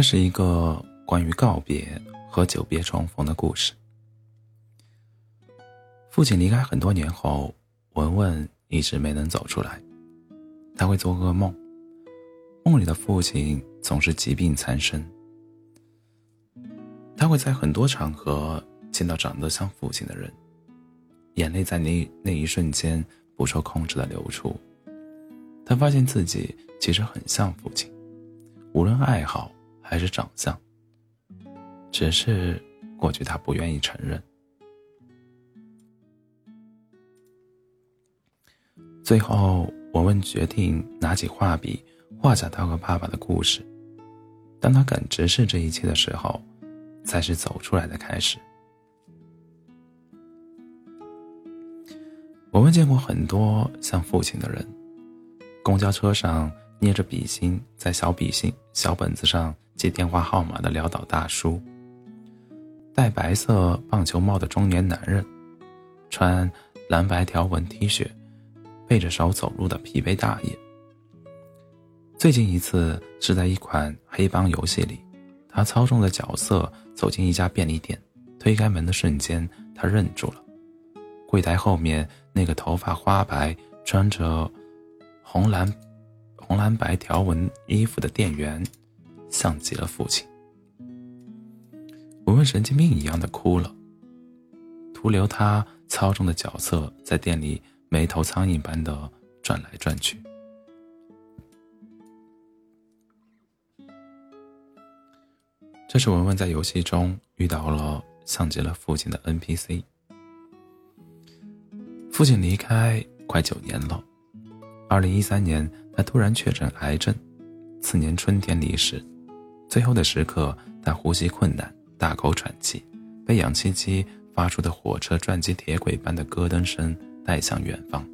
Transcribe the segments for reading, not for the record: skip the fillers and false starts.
这是一个关于告别和久别重逢的故事。父亲离开很多年后，文文一直没能走出来。他会做噩梦，梦里的父亲总是疾病缠身。他会在很多场合见到长得像父亲的人，眼泪在那一瞬间不受控制地流出。他发现自己其实很像父亲，无论爱好还是长相，只是过去他不愿意承认。最后文文决定拿起画笔画下他和爸爸的故事。当他敢直视这一切的时候，才是走出来的开始。文文见过很多像父亲的人，公交车上捏着笔芯在小本子上记电话号码的潦倒大叔，戴白色棒球帽的中年男人，穿蓝白条纹 T 恤背着手走路的疲惫大爷。最近一次是在一款黑帮游戏里，他操纵的角色走进一家便利店，推开门的瞬间他愣住了。柜台后面那个头发花白穿着红蓝白条纹衣服的店员像极了父亲。文文神经病一样的哭了，徒留他操纵的角色在店里没头苍蝇般的转来转去。这是文文在游戏中遇到了像极了父亲的 NPC。 父亲离开快9年了，2013年他突然确诊癌症，次年春天离世。最后的时刻他呼吸困难，大口喘气，被氧气机发出的火车转击铁轨般的咯噔声带向远方。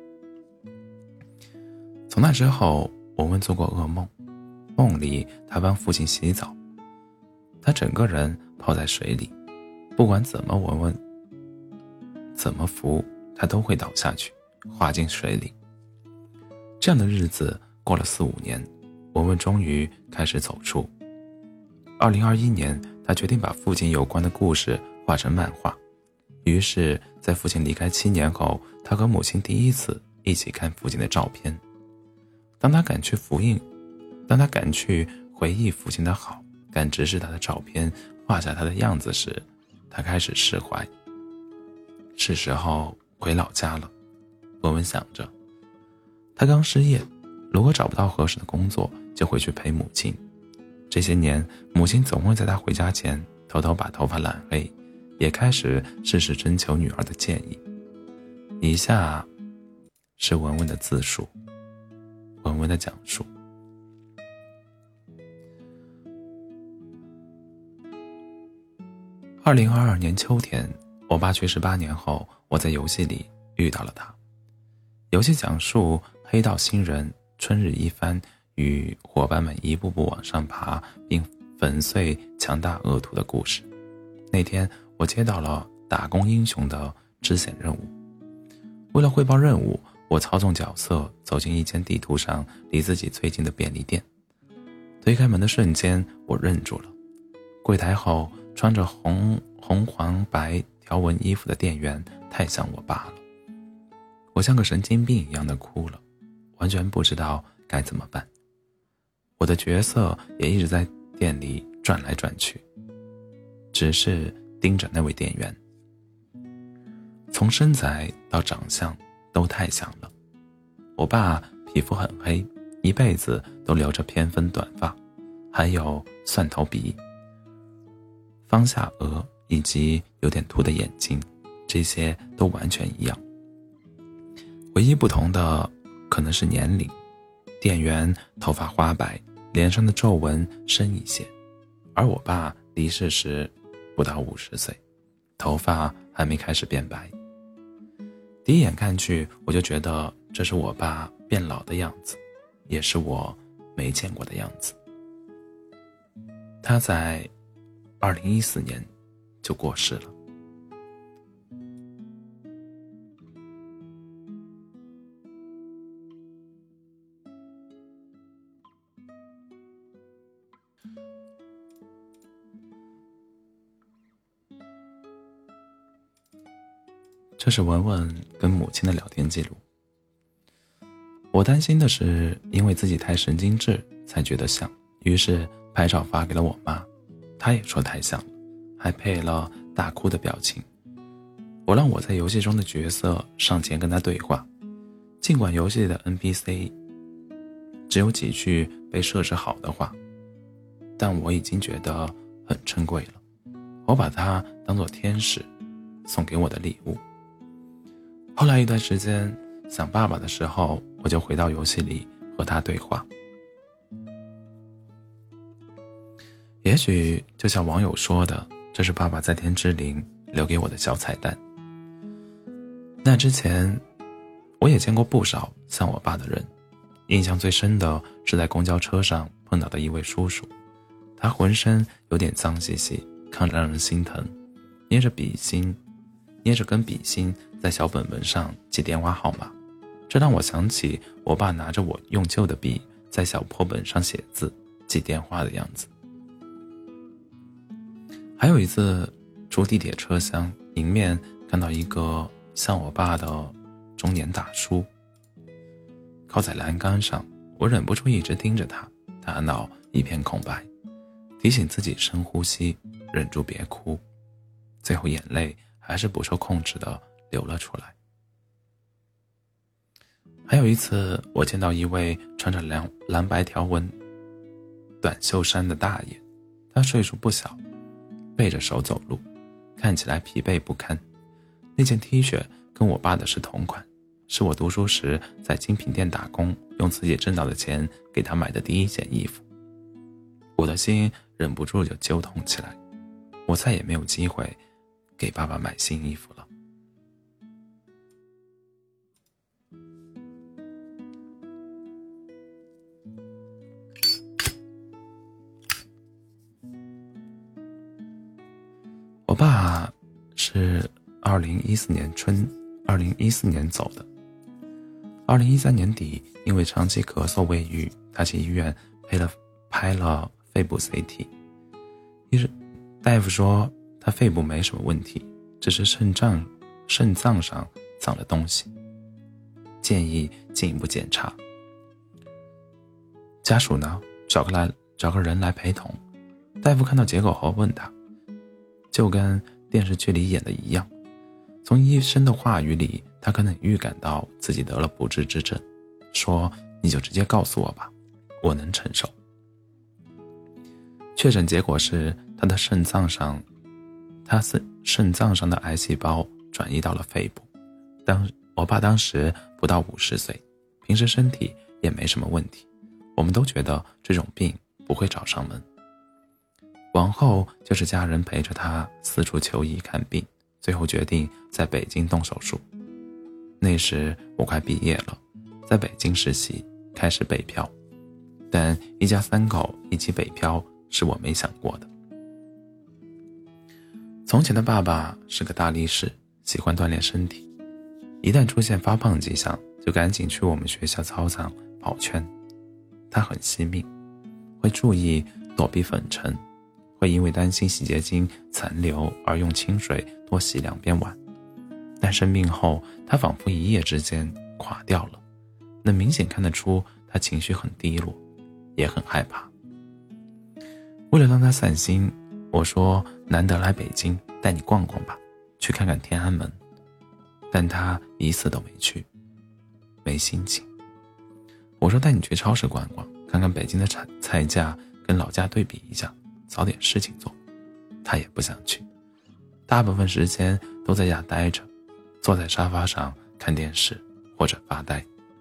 从那之后文文做过噩梦，梦里他帮父亲洗澡，他整个人泡在水里，不管怎么怎么扶，他都会倒下去，滑进水里。这样的日子过了4-5年，文文终于开始走出。2021年他决定把父亲有关的故事画成漫画。于是在父亲离开7年后，他和母亲第一次一起看父亲的照片。当他敢去回忆父亲的好，敢直视他的照片，画下他的样子时，他开始释怀。是时候回老家了，文文想着。他刚失业，如果找不到合适的工作，就回去陪母亲。这些年，母亲总会在他回家前偷偷把头发染黑，也开始事事征求女儿的建议。以下是文文的自述，文文的讲述。2022年秋天，我爸去世8年后，我在游戏里遇到了他。游戏讲述黑道新人春日一番与伙伴们一步步往上爬，并粉碎强大恶徒的故事。那天我接到了打工英雄的支线任务。为了汇报任务，我操纵角色走进一间地图上离自己最近的便利店。推开门的瞬间，我愣住了。柜台后穿着红黄白条纹衣服的店员太像我爸了。我像个神经病一样的哭了，完全不知道该怎么办。我的角色也一直在店里转来转去，只是盯着那位店员。从身材到长相都太像了。我爸皮肤很黑，一辈子都留着偏分短发，还有蒜头鼻、方下颚以及有点凸的眼睛，这些都完全一样。唯一不同的可能是年龄，店员头发花白，脸上的皱纹深一些，而我爸离世时不到50岁，头发还没开始变白。第一眼看去，我就觉得这是我爸变老的样子，也是我没见过的样子。他在2014年就过世了。 这是文文跟母亲的聊天记录。我担心的是，因为自己太神经质才觉得像，于是拍照发给了我妈，她也说太像了，还配了大哭的表情。我让我在游戏中的角色上前跟她对话，尽管游戏里的 NPC 只有几句被设置好的话，但我已经觉得很珍贵了。我把它当作天使送给我的礼物。后来一段时间想爸爸的时候，我就回到游戏里和他对话。也许就像网友说的，这是爸爸在天之灵留给我的小彩蛋。那之前我也见过不少像我爸的人，印象最深的是在公交车上碰到的一位叔叔，他浑身有点脏兮兮，看着让人心疼，捏着根笔芯在小本本上记电话号码，这让我想起我爸拿着我用旧的笔在小破本上写字记电话的样子。还有一次出地铁车厢，迎面看到一个像我爸的中年大叔靠在栏杆上，我忍不住一直盯着他，大脑一片空白，提醒自己深呼吸，忍住别哭，最后眼泪还是不受控制地流了出来。还有一次我见到一位穿着蓝白条纹短袖衫的大爷，他岁数不小，背着手走路，看起来疲惫不堪。那件 T 恤跟我爸的是同款，是我读书时在精品店打工用自己挣到的钱给他买的第一件衣服。我的心忍不住就揪痛起来，我再也没有机会给爸爸买新衣服了。我爸是2014年走的。2013年底，因为长期咳嗽未愈，他去医院拍了肺部 CT。大夫说他肺部没什么问题，只是肾脏上长了东西，建议进一步检查。家属呢，找个人来陪同。大夫看到结果后问他，就跟电视剧里演的一样，从医生的话语里，他可能预感到自己得了不治之症，说你就直接告诉我吧，我能承受。确诊结果是他肾脏上的癌细胞转移到了肺部。我爸当时不到50岁，平时身体也没什么问题，我们都觉得这种病不会找上门。往后就是家人陪着他四处求医看病，最后决定在北京动手术。那时我快毕业了，在北京实习，开始北漂，但一家3口一起北漂是我没想过的。从前的爸爸是个大力士，喜欢锻炼身体，一旦出现发胖迹象，就赶紧去我们学校操场跑圈。他很惜命，会注意躲避粉尘，会因为担心洗洁精残留而用清水多洗2遍碗。但生病后，他仿佛一夜之间垮掉了，能明显看得出他情绪很低落，也很害怕。为了让他散心，我说难得来北京，带你逛逛吧，去看看天安门。但他一次都没去，没心情。我说带你去超市逛逛，看看北京的菜价跟老家对比一下，找点事情做。他也不想去，大部分时间都在家待着，坐在沙发上看电视或者发呆。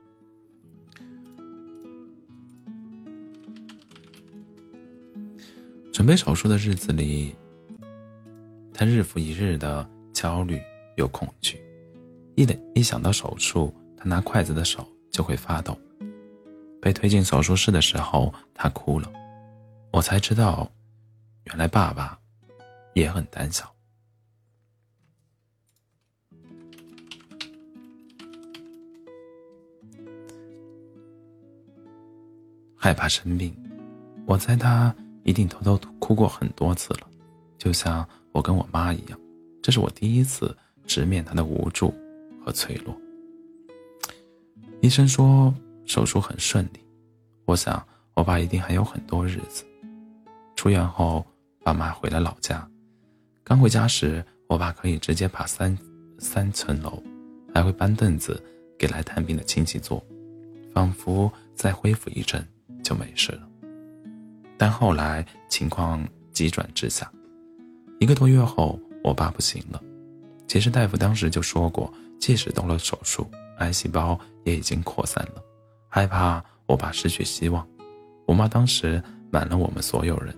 准备手术的日子里，他日复一日的焦虑又恐惧，一想到手术，他拿筷子的手就会发抖。被推进手术室的时候，他哭了，我才知道，原来爸爸也很胆小。害怕生病，我猜他一定偷偷哭过很多次了，就像我跟我妈一样，这是我第一次直面他的无助和脆弱。医生说手术很顺利，我想我爸一定还有很多日子。出院后，爸妈回了老家。刚回家时，我爸可以直接爬三层楼，还会搬凳子给来探病的亲戚坐，仿佛再恢复一阵就没事了。但后来情况急转直下，1个多月后，我爸不行了。其实大夫当时就说过，即使动了手术，癌细胞也已经扩散了，害怕我爸失去希望。我妈当时瞒了我们所有人。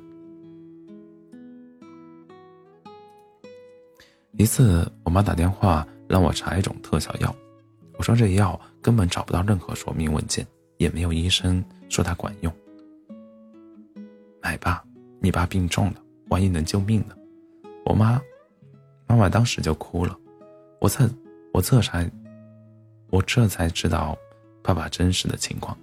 一次，我妈打电话让我查一种特效药，我说这药根本找不到任何说明文件，也没有医生说它管用。买吧，你爸病重了，万一能救命呢？妈妈当时就哭了。我这才知道爸爸真实的情况。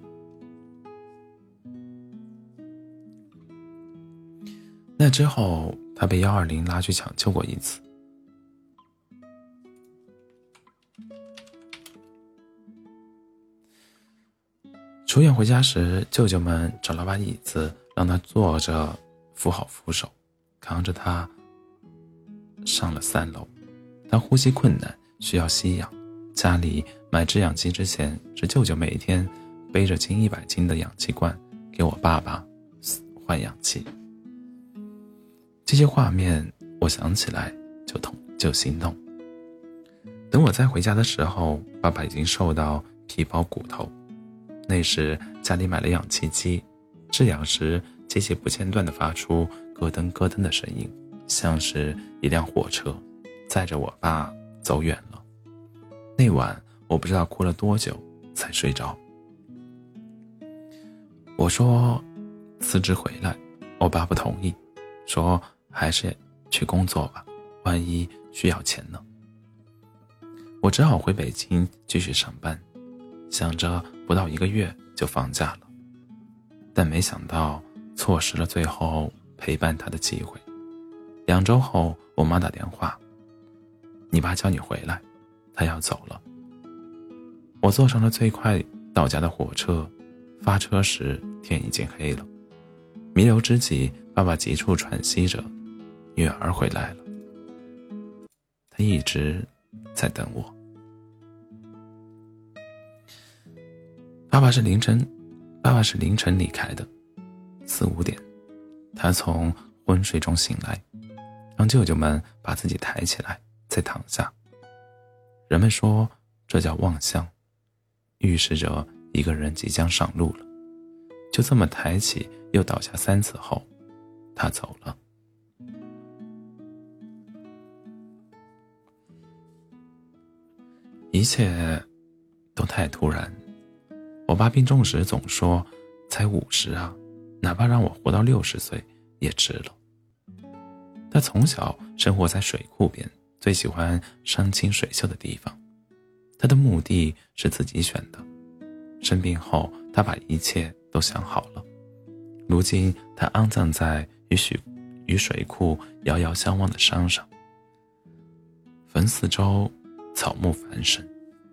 那之后，他被120拉去抢救过一次。出院回家时，舅舅们找了把椅子让他坐着，扶好扶手，扛着他上了3楼。他呼吸困难，需要吸氧。家里买制氧机之前，是舅舅每天背着近100斤的氧气罐给我爸爸换氧气。这些画面我想起来就心痛。等我再回家的时候，爸爸已经瘦到皮包骨头。那时家里买了氧气机，制氧时机器不间断地发出咯噔咯噔的声音，像是一辆火车载着我爸走远了。那晚我不知道哭了多久才睡着。我说辞职回来，我爸不同意，说还是去工作吧，万一需要钱呢。我只好回北京继续上班，想着不到1个月就放假了，但没想到错失了最后陪伴他的机会。2周后，我妈打电话，你爸叫你回来，他要走了。我坐上了最快到家的火车，发车时天已经黑了。弥留之际，爸爸急促喘息着，女儿回来了，他一直在等我。爸爸是凌晨离开的，4、5点，他从昏睡中醒来，让舅舅们把自己抬起来，再躺下。人们说这叫望乡，预示着一个人即将上路了。就这么抬起又倒下3次后，他走了。一切都太突然。我爸病重时总说，才50啊，哪怕让我活到60岁也值了。他从小生活在水库边，最喜欢山清水秀的地方。他的墓地是自己选的。生病后，他把一切都想好了。如今他安葬在与水库遥遥相望的山上，坟四周草木繁盛。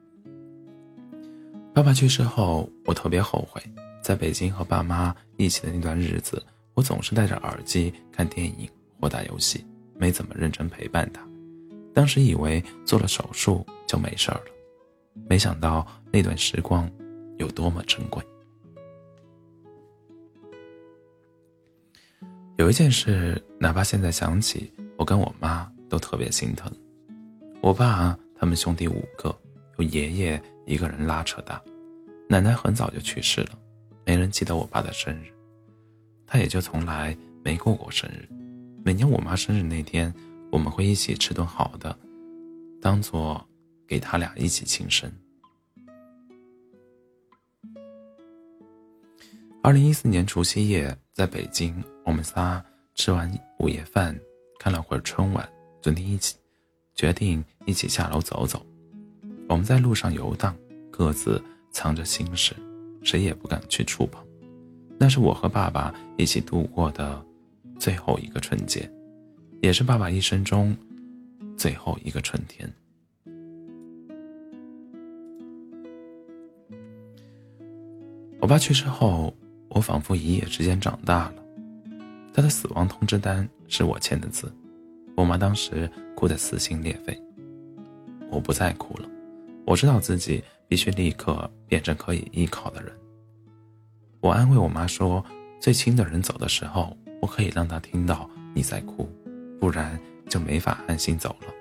爸爸去世后，我特别后悔，在北京和爸妈一起的那段日子，我总是戴着耳机看电影或打游戏，没怎么认真陪伴他。当时以为做了手术就没事了，没想到那段时光有多么珍贵。有一件事，哪怕现在想起，我跟我妈都特别心疼。我爸他们兄弟5个，有爷爷一个人拉扯大，奶奶很早就去世了，没人记得我爸的生日，他也就从来没过过生日。每年我妈生日那天，我们会一起吃顿好的，当作给他俩一起庆生。2014年除夕夜，在北京，我们仨吃完午夜饭，看了会儿春晚，决定一起下楼走走。我们在路上游荡，各自藏着心事，谁也不敢去触碰。那是我和爸爸一起度过的最后一个春节，也是爸爸一生中最后一个春天。 我爸去世后，我仿佛一夜之间长大了。他的死亡通知单是我签的字，我妈当时哭得撕心裂肺。我不再哭了，我知道自己必须立刻变成可以依靠的人。我安慰我妈说，最亲的人走的时候，我可以让他听到你在哭，不然就没法安心走了。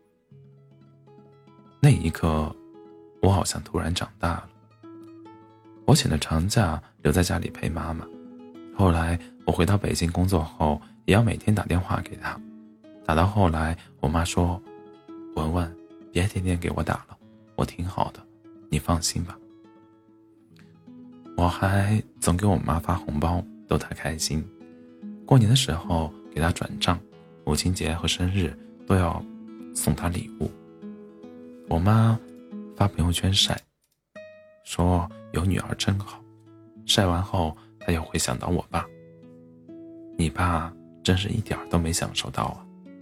那一刻，我好像突然长大了。我请了长假留在家里陪妈妈，后来我回到北京工作后，也要每天打电话给她，打到后来我妈说，文文，别天天给我打了，我挺好的，你放心吧。我还总给我妈发红包逗她开心，过年的时候给她转账，母亲节和生日都要送她礼物。我妈发朋友圈晒，说有女儿真好，晒完后她又会想到我爸，你爸真是一点都没享受到啊。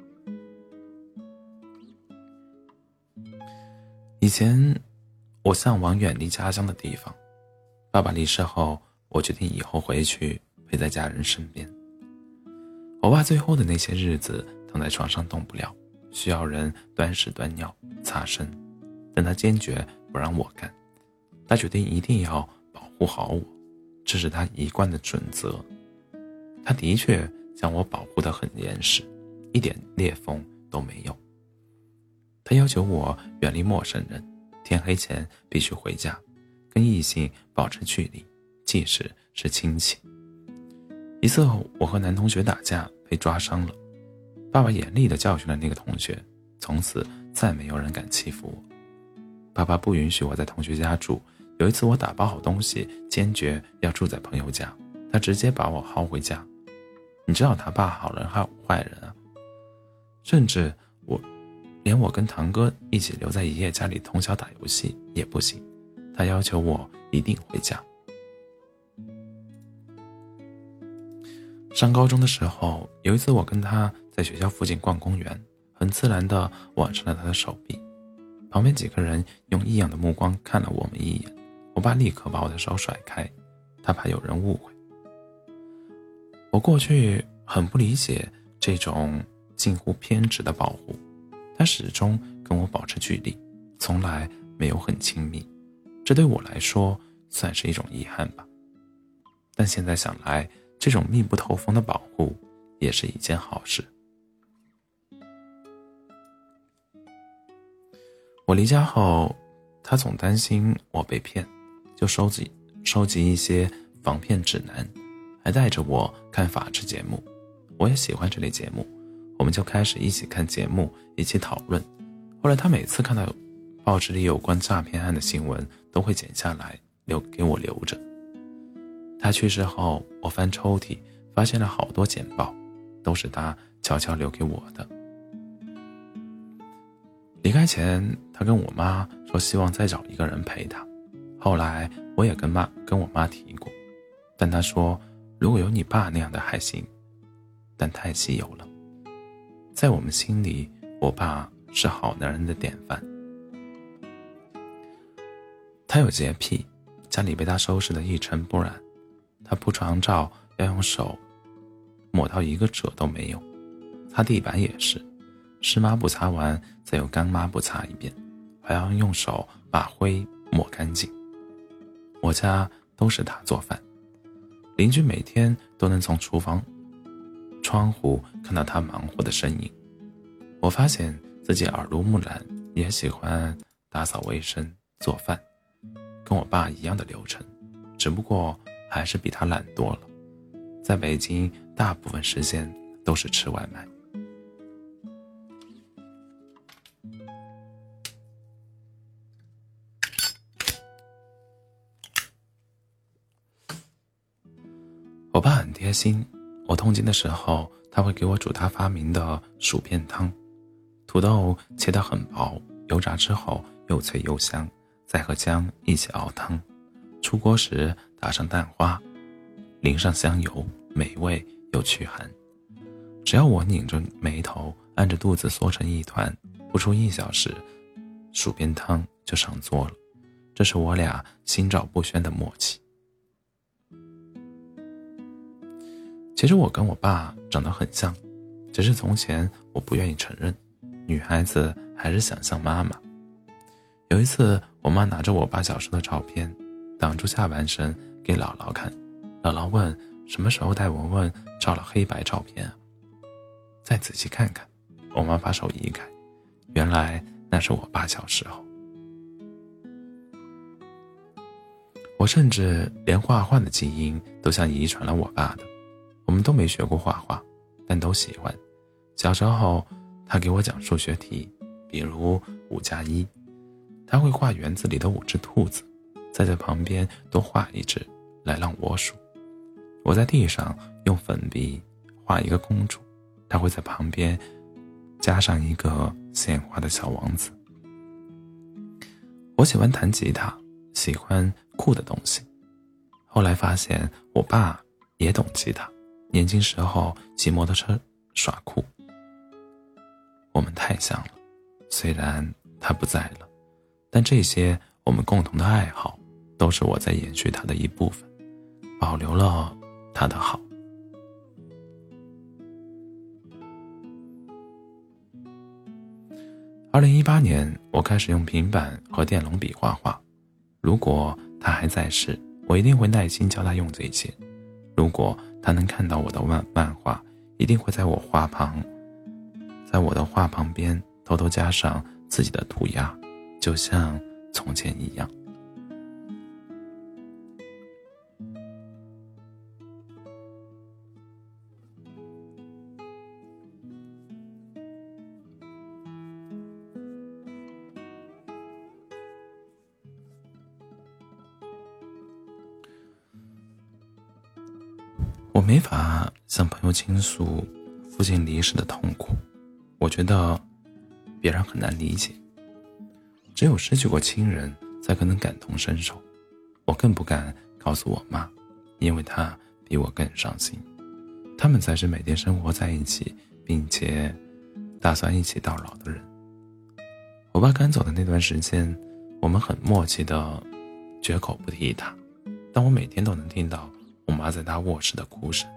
以前我向往远离家乡的地方，爸爸离世后，我决定以后回去陪在家人身边。我爸最后的那些日子躺在床上动不了，需要人端屎端尿擦身，但他坚决不让我干。他决定一定要保护好我，这是他一贯的准则。他的确将我保护得很严实，一点裂缝都没有。他要求我远离陌生人，天黑前必须回家，跟异性保持距离，即使是亲戚。一次我和男同学打架被抓伤了，爸爸严厉地教训了那个同学，从此再没有人敢欺负我。爸爸不允许我在同学家住，有一次我打包好东西，坚决要住在朋友家，他直接把我薅回家。你知道他爸好人还有坏人啊，甚至连我跟堂哥一起留在爷爷家里通宵打游戏也不行，他要求我一定回家。上高中的时候，有一次我跟他在学校附近逛公园，很自然地挽上了他的手臂，旁边几个人用异样的目光看了我们一眼，我爸立刻把我的手甩开，他怕有人误会。我过去很不理解这种近乎偏执的保护，他始终跟我保持距离，从来没有很亲密，这对我来说算是一种遗憾吧。但现在想来，这种密不透风的保护也是一件好事。我离家后，他总担心我被骗，就收集一些防骗指南，还带着我看法制节目。我也喜欢这类节目，我们就开始一起看节目，一起讨论。后来他每次看到报纸里有关诈骗案的新闻，都会剪下来给我留着。他去世后，我翻抽屉发现了好多简报，都是他悄悄留给我的。离开前，他跟我妈说希望再找一个人陪他。后来我也跟我妈提过，但她说如果有你爸那样的还行，但太稀有了。在我们心里，我爸是好男人的典范。他有洁癖，家里被他收拾得一尘不染。他铺床罩要用手抹到一个褶都没有，擦地板也是，湿抹布擦完再用干抹布擦一遍，还要用手把灰抹干净。我家都是他做饭，邻居每天都能从厨房窗户看到他忙活的身影。我发现自己耳濡目染，也喜欢打扫卫生做饭，跟我爸一样的流程，只不过还是比他懒多了。在北京大部分时间都是吃外卖。我爸很贴心，我痛经的时候他会给我煮他发明的薯片汤，土豆切得很薄，油炸之后又脆又香，再和姜一起熬汤，出锅时打上蛋花，淋上香油，美味又驱寒。只要我拧着眉头，按着肚子缩成一团，不出1小时，薯片汤就上桌了。这是我俩心照不宣的默契。 其实我跟我爸长得很像，只是从前我不愿意承认，女孩子还是想像妈妈。有一次，我妈拿着我爸小时候的照片，挡住下半身给姥姥看。姥姥问：“什么时候带文文照了黑白照片啊？”再仔细看看，我妈把手移开，原来那是我爸小时候。我甚至连画画的基因都像遗传了我爸的。我们都没学过画画，但都喜欢。小时候，他给我讲数学题，比如5+1，他会画园子里的5只兔子，再在旁边多画一只来让我数。我在地上用粉笔画一个公主，他会在旁边加上一个鲜花的小王子。我喜欢弹吉他，喜欢酷的东西。后来发现我爸也懂吉他，年轻时候骑摩托车耍酷。我们太像了，虽然他不在了，但这些我们共同的爱好都是我在延续他的一部分，保留了他的好。2018年，我开始用平板和电容笔画画。如果他还在世，我一定会耐心教他用这些。如果他能看到我的漫画，一定会在我的画旁边偷偷加上自己的涂鸦，就像从前一样。我没法向朋友倾诉父亲离世的痛苦，我觉得别人很难理解。只有失去过亲人才可能感同身受。我更不敢告诉我妈，因为她比我更伤心。他们才是每天生活在一起并且打算一起到老的人。我爸赶走的那段时间，我们很默契的绝口不提他，但我每天都能听到我妈在他卧室的哭声。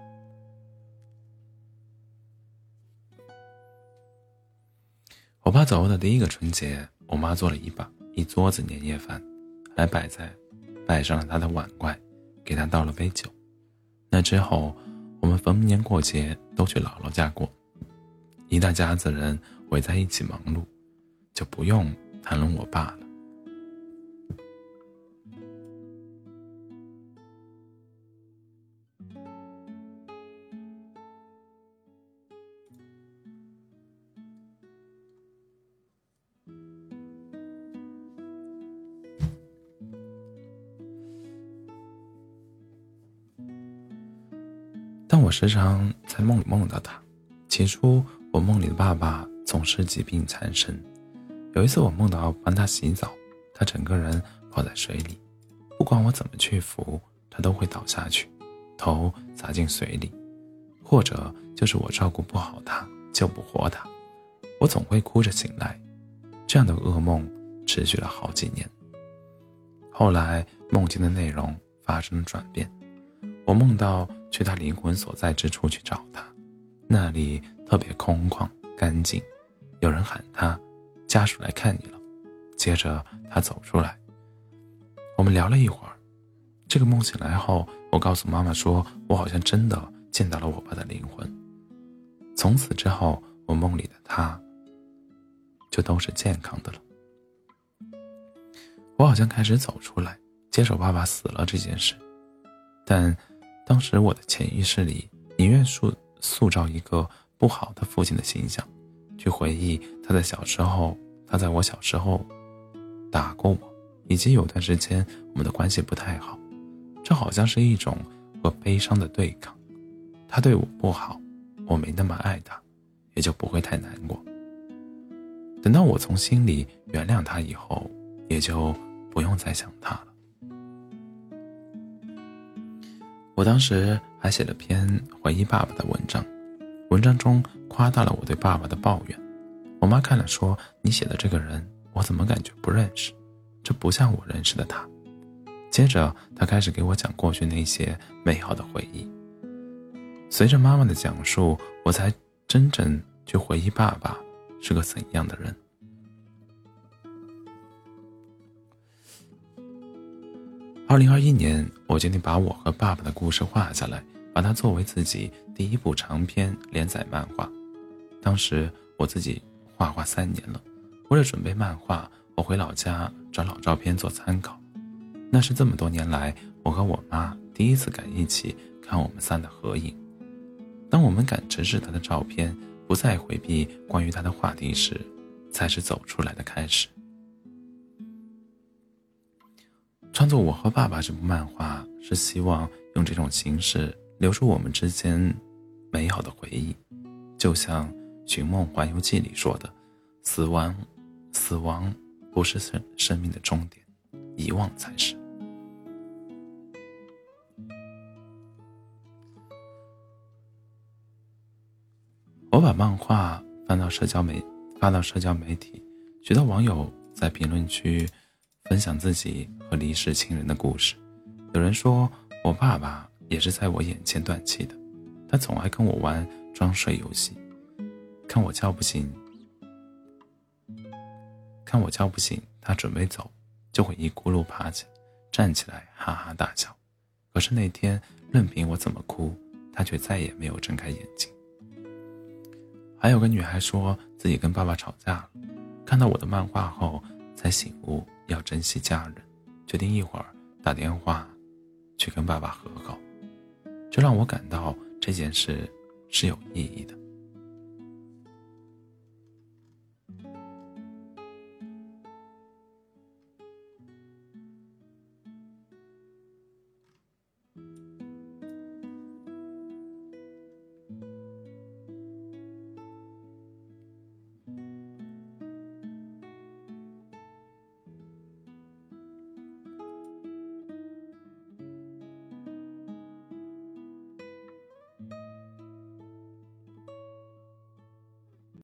我爸走后的第一个春节，我妈做了一桌子年夜饭，还摆上了他的碗筷，给他倒了杯酒。那之后，我们逢年过节都去姥姥家过，一大家子人围在一起忙碌，就不用谈论我爸了。但我时常在梦里梦到他。起初，我梦里的爸爸总是疾病缠身。有一次我梦到帮他洗澡，他整个人泡在水里，不管我怎么去扶，他都会倒下去，头砸进水里。或者就是我照顾不好他，救不活他，我总会哭着醒来。这样的噩梦持续了好几年。后来梦境的内容发生了转变，我梦到去他灵魂所在之处去找他，那里特别空旷干净，有人喊他，家属来看你了。接着他走出来，我们聊了一会儿。这个梦醒来后，我告诉妈妈说，我好像真的见到了我爸的灵魂。从此之后，我梦里的他就都是健康的了。我好像开始走出来，接受爸爸死了这件事，但当时我的潜意识里宁愿塑造一个不好的父亲的形象，去回忆他在我小时候打过我，以及有段时间我们的关系不太好。这好像是一种和悲伤的对抗。他对我不好，我没那么爱他，也就不会太难过。等到我从心里原谅他以后，也就不用再想他了。我当时还写了篇回忆爸爸的文章，文章中夸大了我对爸爸的抱怨。我妈看了说，你写的这个人我怎么感觉不认识，这不像我认识的他。接着她开始给我讲过去那些美好的回忆。 随着妈妈的讲述，我才真正去回忆爸爸是个怎样的人。2021年，我决定把我和爸爸的故事画下来，把它作为自己第一部长篇连载漫画。当时我自己画3年了，为了准备漫画，我回老家找老照片做参考。那是这么多年来我和我妈第一次敢一起看我们3的合影。当我们敢直视她的照片，不再回避关于她的话题时，才是走出来的开始。创作《我和爸爸》这部漫画，是希望用这种形式留住我们之间美好的回忆。就像《寻梦环游记》里说的，死亡不是生命的终点，遗忘才是。我把漫画发到社交媒体，许多网友在评论区分享自己和离世亲人的故事。有人说，我爸爸也是在我眼前断气的，他总爱跟我玩装睡游戏，看我叫不醒，他准备走，就会一咕噜爬起来，站起来哈哈大笑。可是那天任凭我怎么哭，他却再也没有睁开眼睛。还有个女孩说自己跟爸爸吵架了，看到我的漫画后才醒悟要珍惜家人，决定一会儿打电话去跟爸爸和好。这让我感到这件事是有意义的。